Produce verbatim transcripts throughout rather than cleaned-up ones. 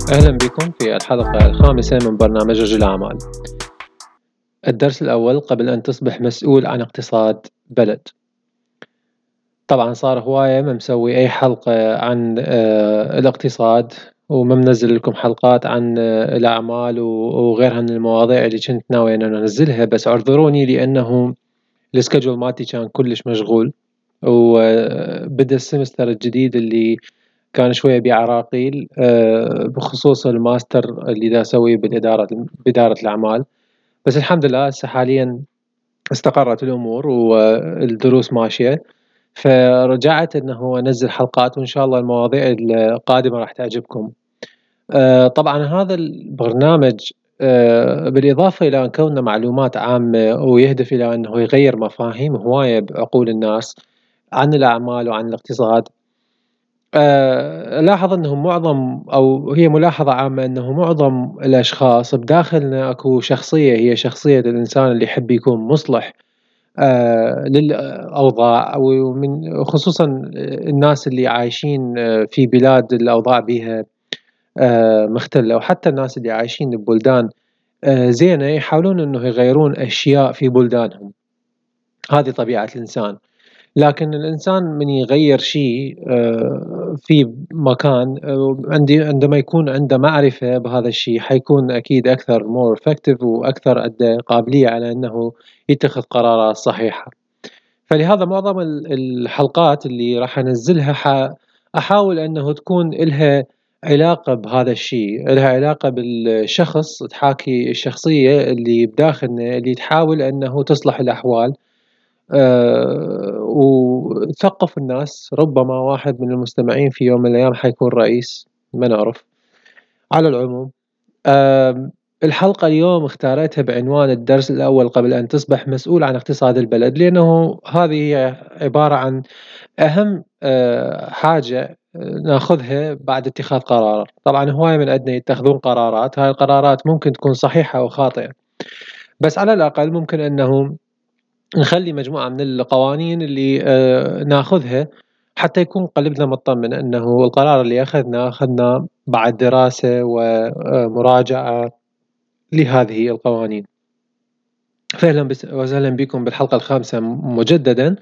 أهلا بكم في الحلقة الخامسة من برنامج رجل أعمال. الدرس الأول: قبل أن تصبح مسؤول عن اقتصاد بلد. طبعا صار هواية ما مسوي أي حلقة عن آه الاقتصاد، وما منزل لكم حلقات عن آه الأعمال وغيرها من المواضيع اللي كنت ناوي أن أنزلها، بس اعذروني لأنه السكجول مالتي كان كلش مشغول، وبدأ السمستر الجديد اللي كان شوية بعراقيل بخصوص الماستر اللي دا أسويه بالإدارة بإدارة الأعمال. بس الحمد لله هسه حاليا استقرت الأمور والدروس ماشية، فرجعت أنه أنزل حلقات، وإن شاء الله المواضيع القادمة راح تعجبكم. طبعا هذا البرنامج بالإضافة إلى أن كونه معلومات عامة ويهدف إلى أنه يغير مفاهيم هواية بعقول الناس عن الأعمال وعن الاقتصاد. أه لاحظ أنه معظم أو هي ملاحظة عامة أنه معظم الأشخاص بداخلنا أكو شخصية، هي شخصية الإنسان اللي يحب يكون مصلح أه للأوضاع، ومن خصوصا الناس اللي عايشين في بلاد الأوضاع بها أه مختلة، وحتى الناس اللي عايشين ببلدان أه زينة يحاولون أنه يغيرون أشياء في بلدانهم. هذه طبيعة الإنسان. لكن الإنسان من يغير شيء في مكان عندي عندما يكون عنده معرفة بهذا الشيء حيكون أكيد أكثر more effective وأكثر عنده قابلية على أنه يتخذ قرارات صحيحة. فلهذا معظم الحلقات اللي راح أنزلها أحاول أنه تكون إلها علاقة بهذا الشيء، إلها علاقة بالشخص، تحاكي الشخصية اللي بداخلنا اللي تحاول أنه تصلح الأحوال. أه وثقف الناس. ربما واحد من المستمعين في يوم من الأيام حيكون رئيس، ما نعرف. على العموم أه الحلقة اليوم اختارتها بعنوان الدرس الأول: قبل أن تصبح مسؤول عن اقتصاد البلد، لأنه هذه هي عبارة عن أهم أه حاجة ناخذها بعد اتخاذ قرار. طبعا هواية من عندنا يتخذون قرارات، هاي القرارات ممكن تكون صحيحة أو خاطئة، بس على الأقل ممكن أنه نخلي مجموعة من القوانين اللي آه ناخذها حتى يكون قلبنا مطمن أنه القرار اللي أخذنا أخذنا بعد دراسة ومراجعة لهذه القوانين. فأهلا وسهلا بكم بالحلقة الخامسة مجددا.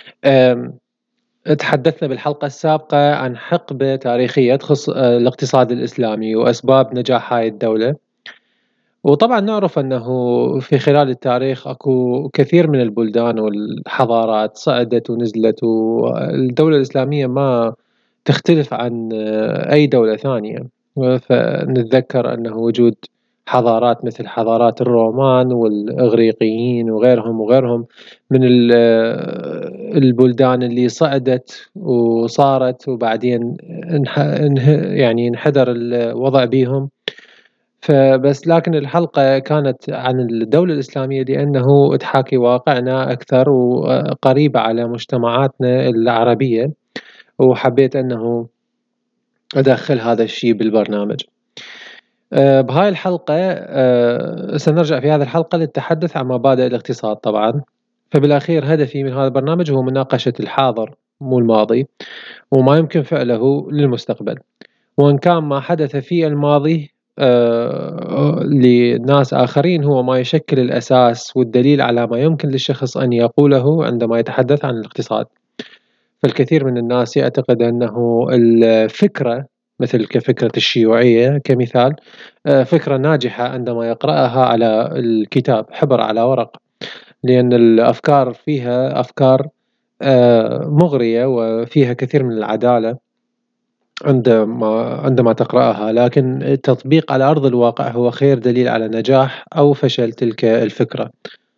تحدثنا بالحلقة السابقة عن حقبة تاريخية تخص الاقتصاد الإسلامي وأسباب نجاح هاي الدولة. وطبعا نعرف أنه في خلال التاريخ أكو كثير من البلدان والحضارات صعدت ونزلت، والدولة الإسلامية ما تختلف عن أي دولة ثانية. فنتذكر أنه وجود حضارات مثل حضارات الرومان والإغريقيين وغيرهم وغيرهم من البلدان اللي صعدت وصارت وبعدين يعني انحدر الوضع بيهم. فبس لكن الحلقة كانت عن الدولة الإسلامية لأنه تحاكي واقعنا أكثر وقريبة على مجتمعاتنا العربية، وحبيت أنه أدخل هذا الشيء بالبرنامج. بهاي الحلقة سنرجع في هذه الحلقة للتحدث عن مبادئ الاقتصاد. طبعا فبالأخير هدفي من هذا البرنامج هو مناقشة الحاضر مو الماضي، وما يمكن فعله للمستقبل، وإن كان ما حدث في الماضي آه لناس آخرين هو ما يشكل الأساس والدليل على ما يمكن للشخص أن يقوله عندما يتحدث عن الاقتصاد. فالكثير من الناس يعتقد أنه الفكرة مثل كفكرة الشيوعية كمثال آه فكرة ناجحة عندما يقرأها على الكتاب حبر على ورق، لأن الأفكار فيها أفكار آه مغرية وفيها كثير من العدالة عندما عندما تقرأها، لكن التطبيق على أرض الواقع هو خير دليل على نجاح أو فشل تلك الفكرة.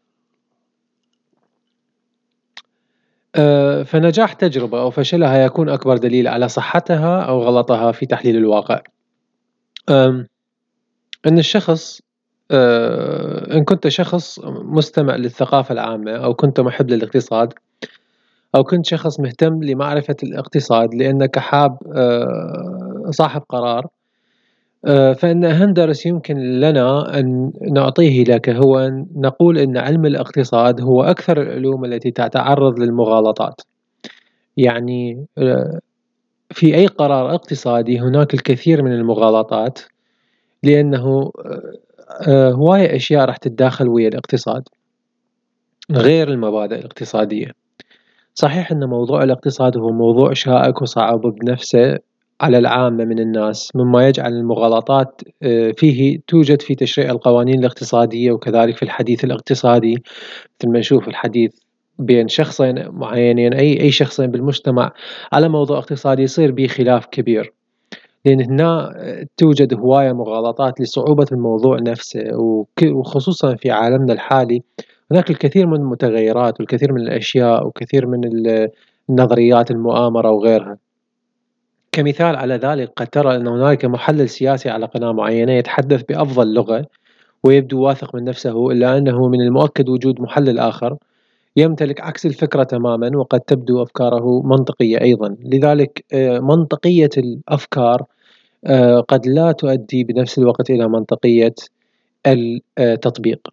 فنجاح تجربة أو فشلها يكون أكبر دليل على صحتها أو غلطها في تحليل الواقع. أن الشخص إن كنت شخص مستمع للثقافة العامة، أو كنت محب للاقتصاد، أو كنت شخص مهتم لمعرفة الاقتصاد لأنك حاب صاحب قرار، فإن أهم درس يمكن لنا أن نعطيه لك هو أن نقول أن علم الاقتصاد هو أكثر العلوم التي تتعرض للمغالطات. يعني في أي قرار اقتصادي هناك الكثير من المغالطات، لأنه آه، هواية أشياء راح تتداخل ويا الاقتصاد غير المبادئ الاقتصادية. صحيح أن موضوع الاقتصاد هو موضوع شائك وصعب بنفسه على العامة من الناس، مما يجعل المغالطات آه، فيه توجد في تشريع القوانين الاقتصادية، وكذلك في الحديث الاقتصادي. مثل ما نشوف الحديث بين شخصين معينين، أي أي شخصين بالمجتمع على موضوع اقتصادي، يصير به خلاف كبير، لأن هنا توجد هواية مغالطات لصعوبة الموضوع نفسه، وخصوصا في عالمنا الحالي هناك الكثير من المتغيرات والكثير من الأشياء وكثير من النظريات المؤامرة وغيرها. كمثال على ذلك، قد ترى أن هناك محلل سياسي على قناة معينة يتحدث بأفضل لغة ويبدو واثق من نفسه، إلا أنه من المؤكد وجود محلل آخر يمتلك عكس الفكرة تماما، وقد تبدو أفكاره منطقية أيضا. لذلك منطقية الأفكار قد لا تؤدي بنفس الوقت إلى منطقية التطبيق.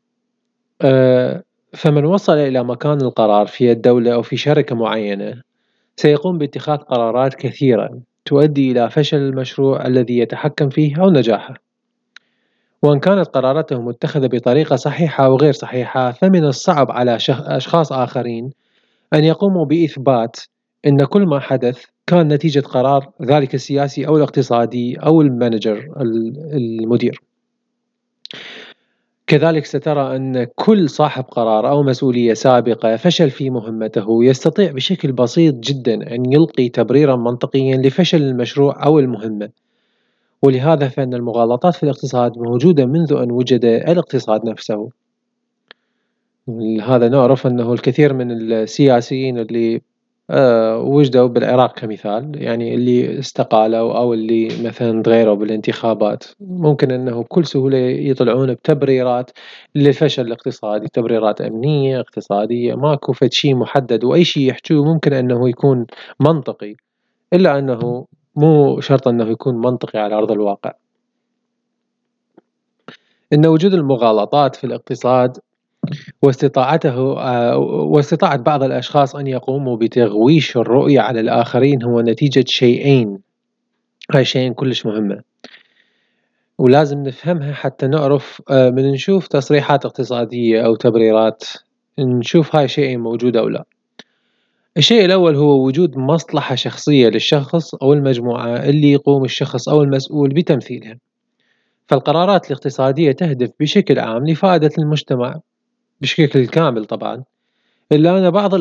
فمن وصل إلى مكان القرار في الدولة أو في شركة معينة سيقوم باتخاذ قرارات كثيرة تؤدي إلى فشل المشروع الذي يتحكم فيه أو نجاحه. وإن كانت قراراته متخذة بطريقة صحيحة أو غير صحيحة، فمن الصعب على أشخاص آخرين أن يقوموا بإثبات أن كل ما حدث كان نتيجة قرار ذلك السياسي أو الاقتصادي أو المانجر المدير. كذلك سترى أن كل صاحب قرار أو مسؤولية سابقة فشل في مهمته يستطيع بشكل بسيط جدا أن يلقي تبريرا منطقيا لفشل المشروع أو المهمة. ولهذا فإن المغالطات في الاقتصاد موجودة منذ أن وجد الاقتصاد نفسه. هذا نعرف أنه الكثير من السياسيين اللي أه وجدوا بالعراق كمثال، يعني اللي استقالوا أو اللي مثلا تغيروا بالانتخابات، ممكن أنه بكل سهولة يطلعون بتبريرات للفشل الاقتصادي، تبريرات أمنية اقتصادية، ماكو فد شيء محدد، وأي شيء يحجوه ممكن أنه يكون منطقي، إلا أنه مو شرط أنه يكون منطقي على أرض الواقع. إن وجود المغالطات في الاقتصاد واستطاعته واستطاعة بعض الأشخاص أن يقوموا بتغويش الرؤية على الآخرين هو نتيجة شيئين، هاي شيئين كلش مهمة ولازم نفهمها حتى نعرف من نشوف تصريحات اقتصادية أو تبريرات نشوف هاي شيئين موجودة أو لا. الشيء الأول هو وجود مصلحة شخصية للشخص أو المجموعة اللي يقوم الشخص أو المسؤول بتمثيلها. فالقرارات الاقتصادية تهدف بشكل عام لفائدة المجتمع بشكل كامل طبعا، إلا أن بعض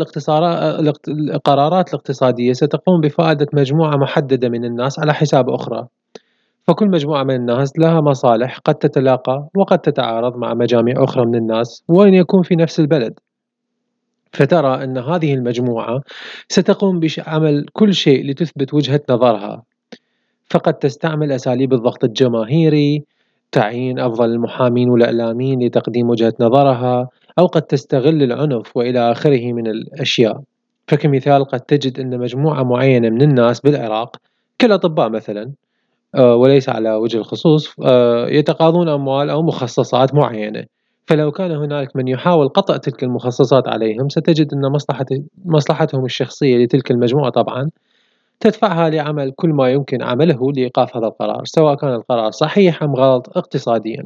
القرارات الاقتصادية ستقوم بفائدة مجموعة محددة من الناس على حساب أخرى. فكل مجموعة من الناس لها مصالح قد تتلاقى وقد تتعارض مع مجاميع أخرى من الناس، وإن يكون في نفس البلد. فترى أن هذه المجموعة ستقوم بعمل كل شيء لتثبت وجهة نظرها، فقد تستعمل أساليب الضغط الجماهيري، تعيين أفضل المحامين والإعلاميين لتقديم وجهة نظرها، أو قد تستغل العنف وإلى آخره من الأشياء. فكمثال قد تجد أن مجموعة معينة من الناس بالعراق كالأطباء مثلا وليس على وجه الخصوص يتقاضون أموال أو مخصصات معينة، فلو كان هناك من يحاول قطع تلك المخصصات عليهم ستجد أن مصلحة مصلحتهم الشخصية لتلك المجموعة طبعا تدفعها لعمل كل ما يمكن عمله لإيقاف هذا القرار، سواء كان القرار صحيح أم غلط اقتصاديا.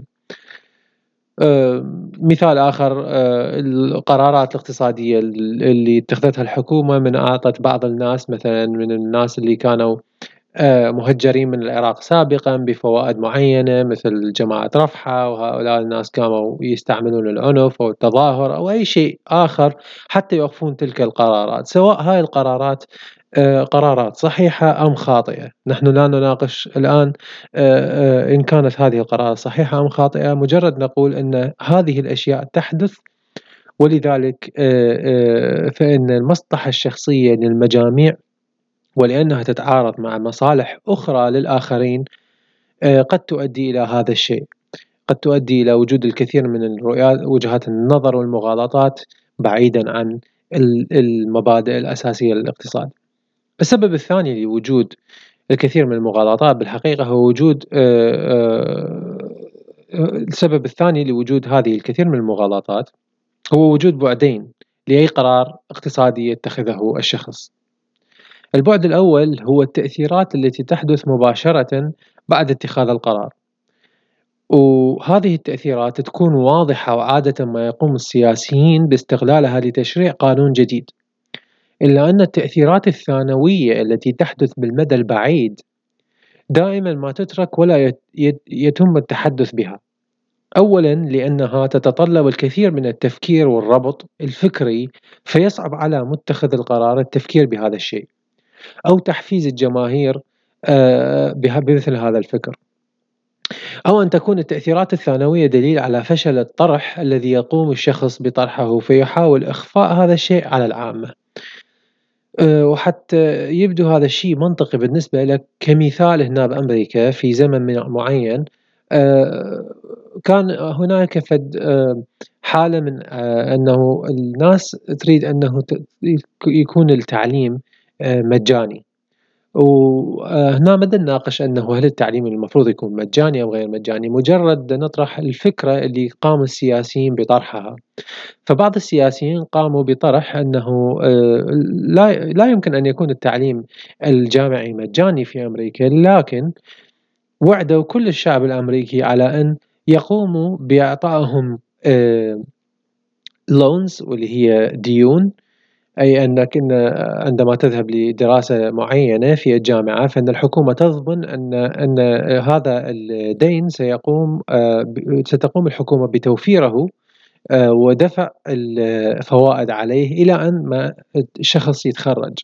أه مثال آخر، أه القرارات الاقتصادية اللي اتخذتها الحكومة من أعطت بعض الناس، مثلا من الناس اللي كانوا أه مهجرين من العراق سابقا بفوائد معينة مثل جماعة رفحة، وهؤلاء الناس كانوا يستعملون العنف أو التظاهر أو أي شيء آخر حتى يوقفون تلك القرارات، سواء هاي القرارات قرارات صحيحة أم خاطئة. نحن لا نناقش الآن إن كانت هذه القرارات صحيحة أم خاطئة، مجرد نقول أن هذه الأشياء تحدث، ولذلك فإن المصلحة الشخصية للمجاميع ولأنها تتعارض مع مصالح أخرى للآخرين قد تؤدي إلى هذا الشيء، قد تؤدي إلى وجود الكثير من الرؤيات وجهات النظر والمغالطات بعيدا عن المبادئ الأساسية للاقتصاد. السبب الثاني لوجود الكثير من المغالطات بالحقيقة هو وجود السبب الثاني لوجود هذه الكثير من المغالطات هو وجود بعدين لأي قرار اقتصادي يتخذه الشخص. البعد الأول هو التأثيرات التي تحدث مباشرة بعد اتخاذ القرار، وهذه التأثيرات تكون واضحة، وعادةً ما يقوم السياسيين باستغلالها لتشريع قانون جديد، إلا أن التأثيرات الثانوية التي تحدث بالمدى البعيد دائمًا ما تترك ولا يت يت يتم التحدث بها. أولًا لأنها تتطلب الكثير من التفكير والربط الفكري، فيصعب على متخذ القرار التفكير بهذا الشيء، أو تحفيز الجماهير آآ بها بمثل هذا الفكر، أو أن تكون التأثيرات الثانوية دليل على فشل الطرح الذي يقوم الشخص بطرحه، فيحاول إخفاء هذا الشيء على العامة. آآ وحتى يبدو هذا الشيء منطقي بالنسبة لك، كمثال هنا بأمريكا في زمن من معين آآ كان هناك فد آآ حالة من آآ أنه الناس تريد أنه ت يك يكون التعليم آآ مجاني، وهنا ما نناقش أنه هل التعليم المفروض يكون مجاني أو غير مجاني، مجرد نطرح الفكرة اللي قام السياسيين بطرحها. فبعض السياسيين قاموا بطرح أنه آآ لا لا يمكن أن يكون التعليم الجامعي مجاني في أمريكا، لكن وعدوا كل الشعب الأمريكي على أن يقوموا بإعطائهم آآ loans واللي هي ديون، أي أنك إن عندما تذهب لدراسة معينة في الجامعة، فإن الحكومة تضمن أن أن هذا الدين سيقوم آآ ب ستقوم الحكومة بتوفيره آآ ودفع الفوائد عليه إلى أن ما الشخص يتخرّج.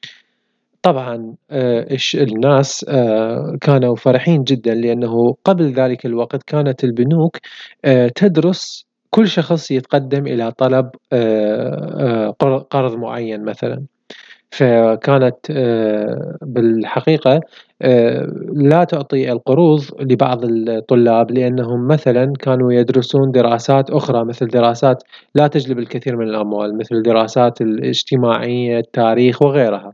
طبعًا آآ الش الناس آآ كانوا فرحين جدًا، لأنه قبل ذلك الوقت كانت البنوك آآ تدرس كل شخص يتقدم إلى طلب آآ قر قرض معيّن مثلًا. فكانت آآ بالحقيقة آآ لا تعطي القروض لبعض الطلاب، لأنهم مثلًا كانوا يدرسون دراسات أخرى، مثل دراسات لا تجلب الكثير من الأموال، مثل الدراسات الاجتماعية، التاريخ وغيرها.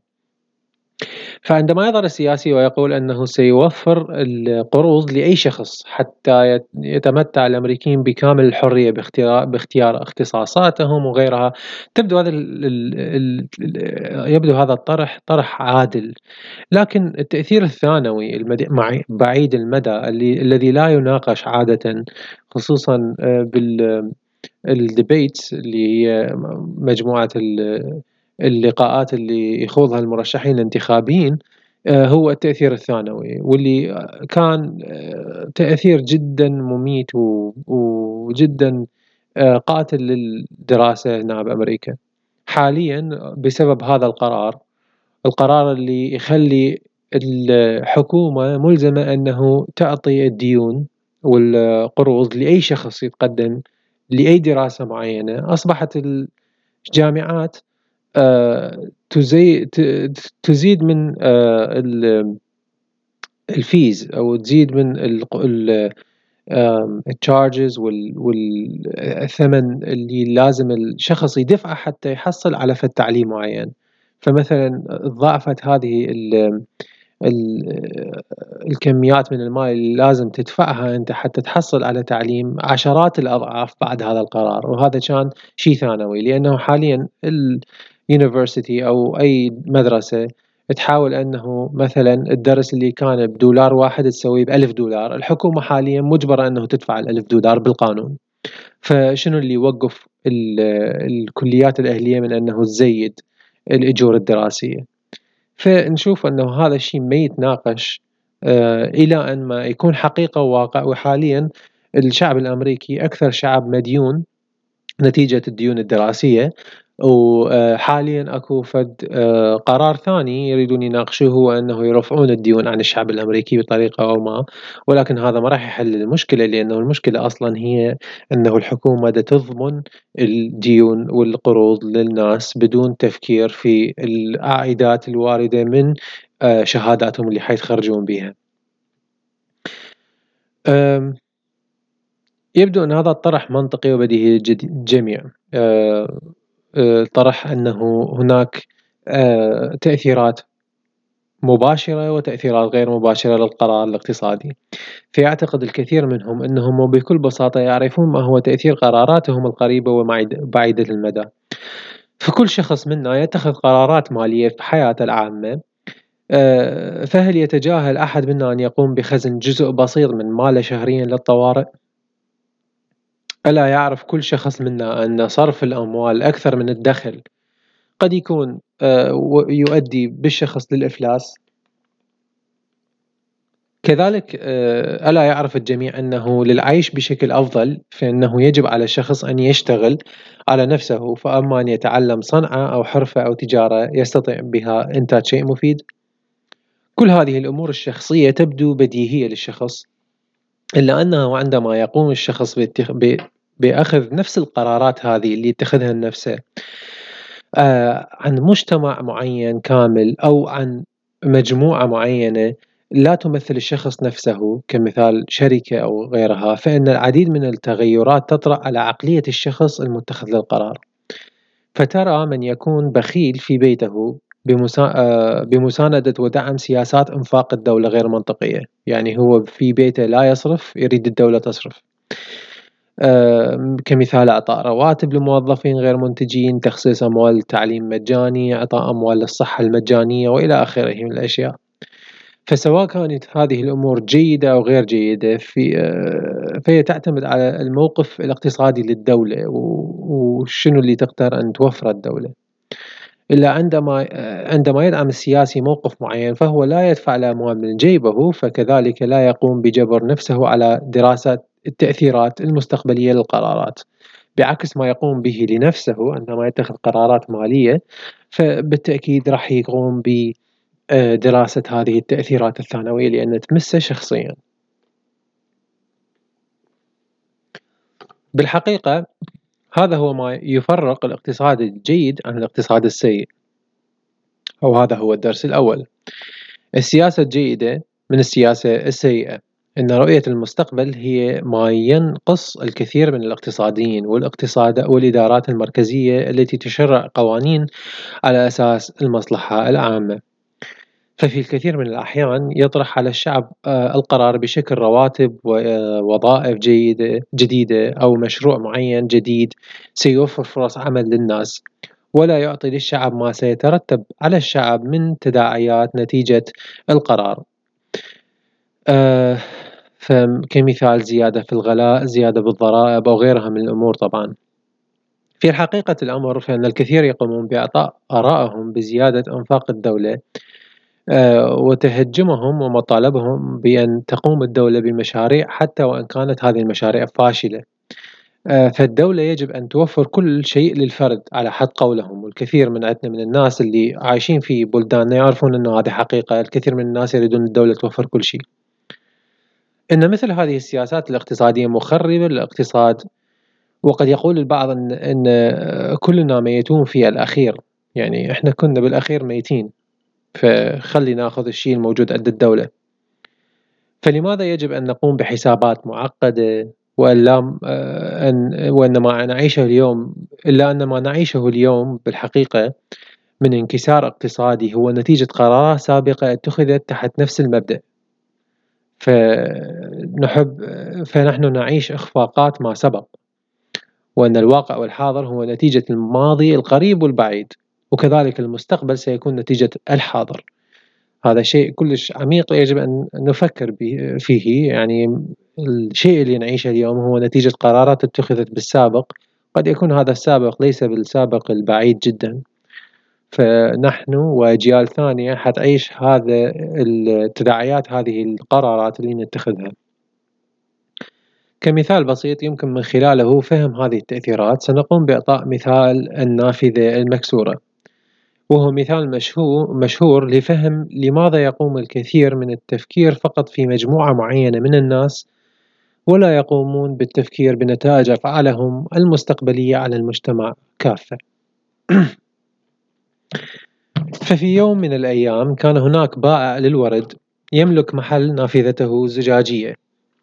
فعندما يظهر السياسي ويقول أنه سيوفر القروض لأي شخص حتى يت يتمتع الأمريكيين بكامل الحرية باختيار باختيار اختصاصاتهم وغيرها، تبدو هذا ال ال ال يبدو هذا الطرح طرح عادل، لكن التأثير الثانوي المد معي بعيد المدى اللي الذي لا يناقش عادةً، خصوصًا آآ بال الdebates اللي هي م مجموعة ال اللقاءات اللي يخوضها المرشحين الانتخابيين، آآ هو التأثير الثانوي، واللي آه، كان آآ تأثير جدًا مميت و وجدًا آآ قاتل للدراسة هنا بأمريكا. حاليًا بسبب هذا القرار، القرار اللي يخلّي الحكومة ملزمة أنه تعطي الديون والقروض لأي شخص يتقدم لأي دراسة معينة، أصبحت الجامعات آآ تزي ت تزيد من آآ ال الfees أو تزيد من الق ال آمم الcharges وال وال الثمن اللي لازم الشخص يدفعه حتى يحصل على فد تعليم معين. فمثلًا ضاعفت هذه ال ال الكميات من المال اللي لازم تدفعها أنت حتى تحصل على تعليم عشرات الأضعاف بعد هذا القرار، وهذا كان شي ثانوي، لأنه حاليًا الuniversity أو أي مدرسة تحاول أنه مثلًا الدرس اللي كان بدولار واحد تسويه بألف دولار، الحكومة حاليًا مُجبرة أنه تدفع الألف دولار بالقانون. فشنو اللي يوقف ال الكليات الأهلية من أنه تزيد الأجور الدراسية؟ فنشوف أنه هذا الشيء ما يتناقش آآ إلى أن ما يكون حقيقة وواقع، وحاليًا الشعب الأمريكي أكثر شعب مديون نتيجة الديون الدراسية، وحاليًا أكو فد آآ قرار ثاني يريدون يناقشوه، هو أنه يرفعون الديون عن الشعب الأمريكي بطريقة أو ما، ولكن هذا ما راح يحل المشكلة، لأنه المشكلة أصلًا هي أنه الحكومة دا تضمن الديون والقروض للناس بدون تفكير في العائدات الواردة من آآ شهاداتهم اللي حيتخرجون بيها. آمم يبدو أن هذا الطرح منطقي وبديهي للجد الجميع. آآ آآ طرح أنه هناك آآ تأثيرات مباشرة وتأثيرات غير مباشرة للقرار الاقتصادي، فيعتقد الكثير منهم أنهم وبكل بساطة يعرفون ما هو تأثير قراراتهم القريبة ومعد بعيدة المدى. فكل شخص منا يتخذ قرارات مالية في حياته العامة آه، فهل يتجاهل أحد منا أن يقوم بخزن جزء بسيط من ماله شهريا للطوارئ؟ ألا يعرف كل شخص منا أن صرف الأموال أكثر من الدخل قد يكون آه، يؤدي بالشخص للإفلاس؟ كذلك آه، ألا يعرف الجميع أنه للعيش بشكل أفضل فإنه يجب على الشخص أن يشتغل على نفسه، فأما أن يتعلم صنعة أو حرفة أو تجارة يستطيع بها إنتاج شيء مفيد. كل هذه الأمور الشخصية تبدو بديهية للشخص، إلا أنه عندما يقوم الشخص باتخ... ب... بأخذ نفس القرارات هذه اللي يتخذها لنفسه آه عن مجتمع معين كامل أو عن مجموعة معينة لا تمثل الشخص نفسه كمثال شركة أو غيرها، فإن العديد من التغيرات تطرأ على عقلية الشخص المتخذ للقرار. فترى من يكون بخيل في بيته بمسا... آه، بمساندة ودعم سياسات إنفاق الدولة غير منطقية، يعني هو في بيته لا يصرف، يريد الدولة تصرف. آه، كمثال إعطاء رواتب لموظفين غير منتجين، تخصيص أموال تعليم مجاني، إعطاء أموال للصحة المجانية وإلى آخره من الأشياء. فسواء كانت هذه الأمور جيدة أو غير جيدة في آه، فهي تعتمد على الموقف الاقتصادي للدولة وشنو اللي تقدر أن توفر الدولة. إلا عندما عندما يدعم السياسي موقف معين فهو لا يدفع الأموال من جيبه، فكذلك لا يقوم بجبر نفسه على دراسة التأثيرات المستقبلية للقرارات، بعكس ما يقوم به لنفسه عندما يتخذ قرارات مالية، فبالتأكيد راح يقوم بدراسة هذه التأثيرات الثانوية لأن تمسه شخصيا. بالحقيقة هذا هو ما يفرق الاقتصاد الجيد عن الاقتصاد السيء، أو هذا هو الدرس الأول. السياسة الجيدة من السياسة السيئة، إن رؤية المستقبل هي ما ينقص الكثير من الاقتصاديين والاقتصاد والإدارات المركزية التي تشرع قوانين على أساس المصلحة العامة. ففي الكثير من الأحيان يطرح على الشعب القرار بشكل رواتب ووظائف جيدة جديدة أو مشروع معين جديد سيوفر فرص عمل للناس، ولا يعطي للشعب ما سيترتب على الشعب من تداعيات نتيجة القرار. آه كمثال زيادة في الغلاء، زيادة بالضرائب أو غيرها من الأمور. طبعا في حقيقة الأمر فإن الكثير يقومون بإعطاء آرائهم بزيادة أنفاق الدولة آه وتهجمهم ومطالبهم بأن تقوم الدولة بمشاريع حتى وإن كانت هذه المشاريع فاشلة. فالدولة يجب أن توفر كل شيء للفرد على حد قولهم، والكثير من عندنا من الناس اللي عايشين في بلداننا يعرفون أنه هذه حقيقة. الكثير من الناس يريدون الدولة توفر كل شيء. إن مثل هذه السياسات الاقتصادية مخربة للاقتصاد، وقد يقول البعض أن, إن كلنا ميتون في الأخير، يعني إحنا كنا بالأخير ميتين، فخلي ناخذ الشيء الموجود عند الدولة. فلماذا يجب أن نقوم بحسابات معقدة وأن لا أن وأن ما نعيشه اليوم إلا أن ما نعيشه اليوم بالحقيقة من انكسار اقتصادي هو نتيجة قرارات سابقة اتخذت تحت نفس المبدأ. فنحب فنحن نعيش إخفاقات ما سبق، وأن الواقع والحاضر هو نتيجة الماضي القريب والبعيد، وكذلك المستقبل سيكون نتيجة الحاضر. هذا شيء كلش عميق يجب أن نفكر فيه. يعني الشيء اللي نعيشه اليوم هو نتيجة قرارات اتخذت بالسابق، قد يكون هذا السابق ليس بالسابق البعيد جدا، فنحن وأجيال ثانية حتعيش هذا التداعيات هذه القرارات اللي نتخذها. كمثال بسيط يمكن من خلاله فهم هذه التأثيرات سنقوم بإعطاء مثال النافذة المكسورة، وهو مثال مشهور, مشهور لفهم لماذا يقوم الكثير من التفكير فقط في مجموعة معينة من الناس ولا يقومون بالتفكير بنتائج أفعالهم المستقبلية على المجتمع كافة. ففي يوم من الأيام كان هناك بائع للورد يملك محل نافذته زجاجية.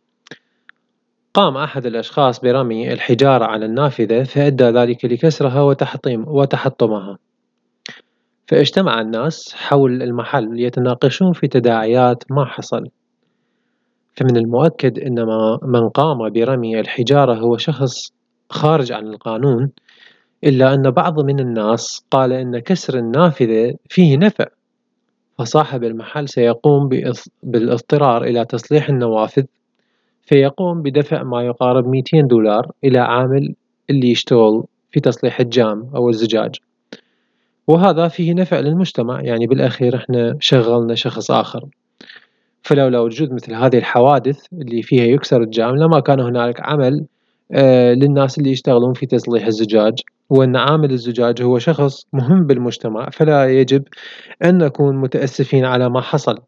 قام أحد الأشخاص برمي الحجارة على النافذة فأدى ذلك لكسرها وتحطيم وتحطمها. فاجتمع الناس حول المحل ليتناقشون في تداعيات ما حصل. فمن المؤكد أن من قام برمي الحجارة هو شخص خارج عن القانون، إلا أن بعض من الناس قال أن كسر النافذة فيه نفع، فصاحب المحل سيقوم بإص بالاضطرار إلى تصليح النوافذ، فيقوم بدفع ما يقارب ميتين دولار إلى عامل اللي يشتغل في تصليح الجام أو الزجاج، وهذا فيه نفع للمجتمع، يعني بالأخير إحنا شغّلنا شخص آخر. فلولا وجود مثل هذه الحوادث اللي فيها يُكسر الجام لما كان هنالك عمل آآ للناس اللي يشتغلون في تصليح الزجاج، وأن عامل الزجاج هو شخص مهم بالمجتمع، فلا يجب أن نكون متأسفين على ما حصل.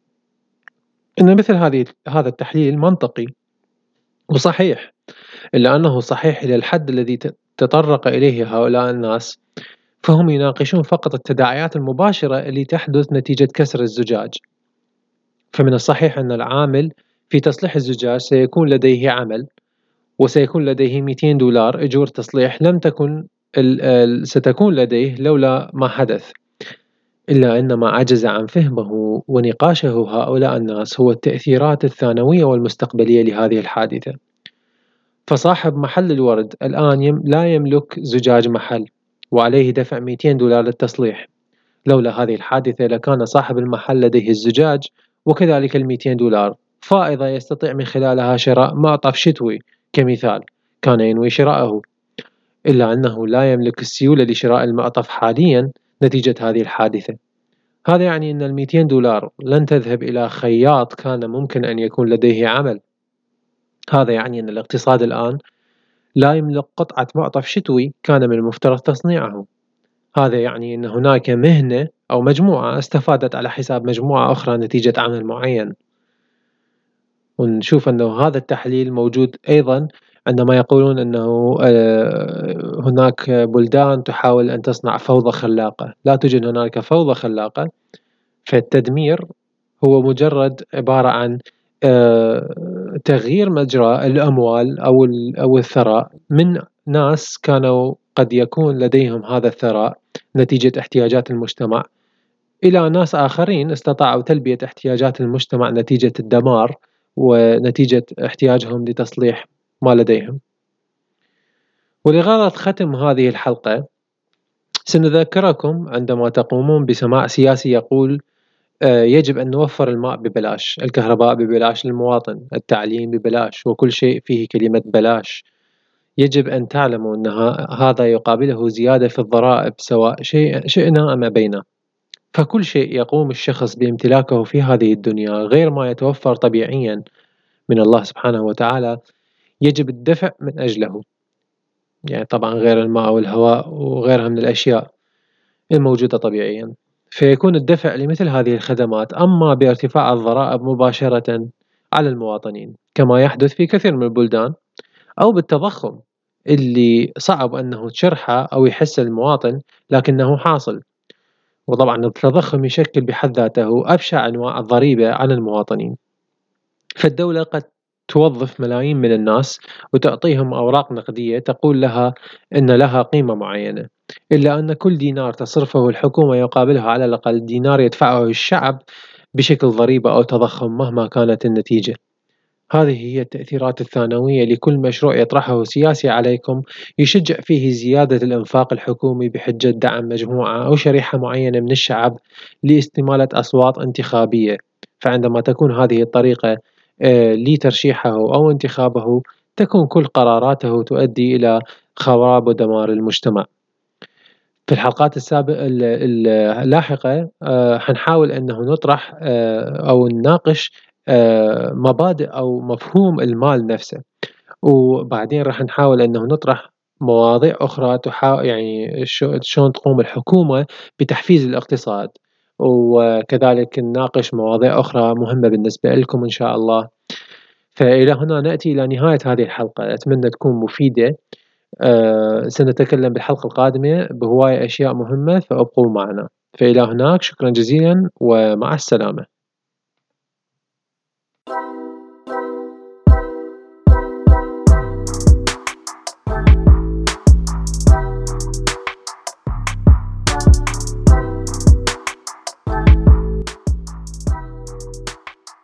إن مثل هذه هذا التحليل منطقي وصحيح، إلا أنه صحيح إلى الحد الذي ت تطرق إليه هؤلاء الناس، فهم يناقشون فقط التداعيات المباشرة اللي تحدث نتيجة كسر الزجاج. فمن الصحيح أن العامل في تصليح الزجاج سيكون لديه عمل، وسيكون لديه ميتين دولار أجور تصليح لم تكن ال ال ستكون لديه لولا ما حدث. إلا أن ما عجز عن فهمه ونقاشه هؤلاء الناس هو التأثيرات الثانوية والمستقبلية لهذه الحادثة. فصاحب محل الورد الآن يم لا يملك زجاج محل، وعليه دفع ميتين دولار للتصليح. لولا هذه الحادثة لكان صاحب المحل لديه الزجاج وكذلك الميتين دولار فائضة يستطيع من خلالها شراء معطف شتوي كمثال، كان ينوي شراءه. إلا أنه لا يملك السيولة لشراء المعطف حاليا نتيجة هذه الحادثة. هذا يعني أن الميتين دولار لن تذهب إلى خياط كان ممكن أن يكون لديه عمل. هذا يعني أن الاقتصاد الآن لا يملك قطعة معطف شتوي كان من المفترض تصنيعه. هذا يعني أن هناك مهنة أو مجموعة استفادت على حساب مجموعة أخرى نتيجة عمل معين. ونشوف أنه هذا التحليل موجود أيضا عندما يقولون أنه هناك بلدان تحاول أن تصنع فوضى خلاقة. لا توجد هناك فوضى خلاقة، فالتدمير هو مجرد عبارة عن تغيير مجرى الأموال أو أو الثراء من ناس كانوا قد يكون لديهم هذا الثراء نتيجة احتياجات المجتمع، إلى ناس آخرين استطاعوا تلبية احتياجات المجتمع نتيجة الدمار ونتيجة احتياجهم لتصليح ما لديهم. ولغرض ختم هذه الحلقة سنذكركم عندما تقومون بسماع سياسي يقول يجب أن نوفر الماء ببلاش، الكهرباء ببلاش للمواطن، التعليم ببلاش، وكل شيء فيه كلمة بلاش. يجب أن تعلموا أن هذا يقابله زيادة في الضرائب سواء شيء شئنا أم أبينا. فكل شيء يقوم الشخص بامتلاكه في هذه الدنيا غير ما يتوفر طبيعيا من الله سبحانه وتعالى يجب الدفع من أجله، يعني طبعا غير الماء والهواء وغيرها من الأشياء الموجودة طبيعيا. فيكون الدفع لمثل هذه الخدمات أما بارتفاع الضرائب مباشرة على المواطنين كما يحدث في كثير من البلدان، أو بالتضخم اللي صعب أنه تشرحه أو يحس المواطن لكنه حاصل. وطبعا التضخم يشكل بحد ذاته أبشع أنواع الضريبة على المواطنين. فالدولة قد توظف ملايين من الناس وتعطيهم أوراق نقدية تقول لها إن لها قيمة معينة، إلا أن كل دينار تصرفه الحكومة يقابلها على الأقل دينار يدفعه الشعب بشكل ضريبة أو تضخم مهما كانت النتيجة. هذه هي التأثيرات الثانوية لكل مشروع يطرحه سياسي عليكم يشجع فيه زيادة الإنفاق الحكومي بحجة دعم مجموعة أو شريحة معينة من الشعب لاستمالة أصوات انتخابية. فعندما تكون هذه الطريقة لترشيحه أو انتخابه تكون كل قراراته تؤدي إلى خراب ودمار المجتمع. في الحلقات السابقة اللاحقة حنحاول أنه نطرح أو نناقش مبادئ أو مفهوم المال نفسه، وبعدين راح نحاول أنه نطرح مواضيع أخرى تحا يعني شلون تقوم الحكومة بتحفيز الاقتصاد، وكذلك نناقش مواضيع أخرى مهمة بالنسبة لكم إن شاء الله. فإلى هنا نأتي إلى نهاية هذه الحلقة، أتمنى تكون مفيدة. أه سنتكلم بالحلقة القادمة بهواية أشياء مهمة فأبقوا معنا. فإلى هناك شكرا جزيلا ومع السلامة.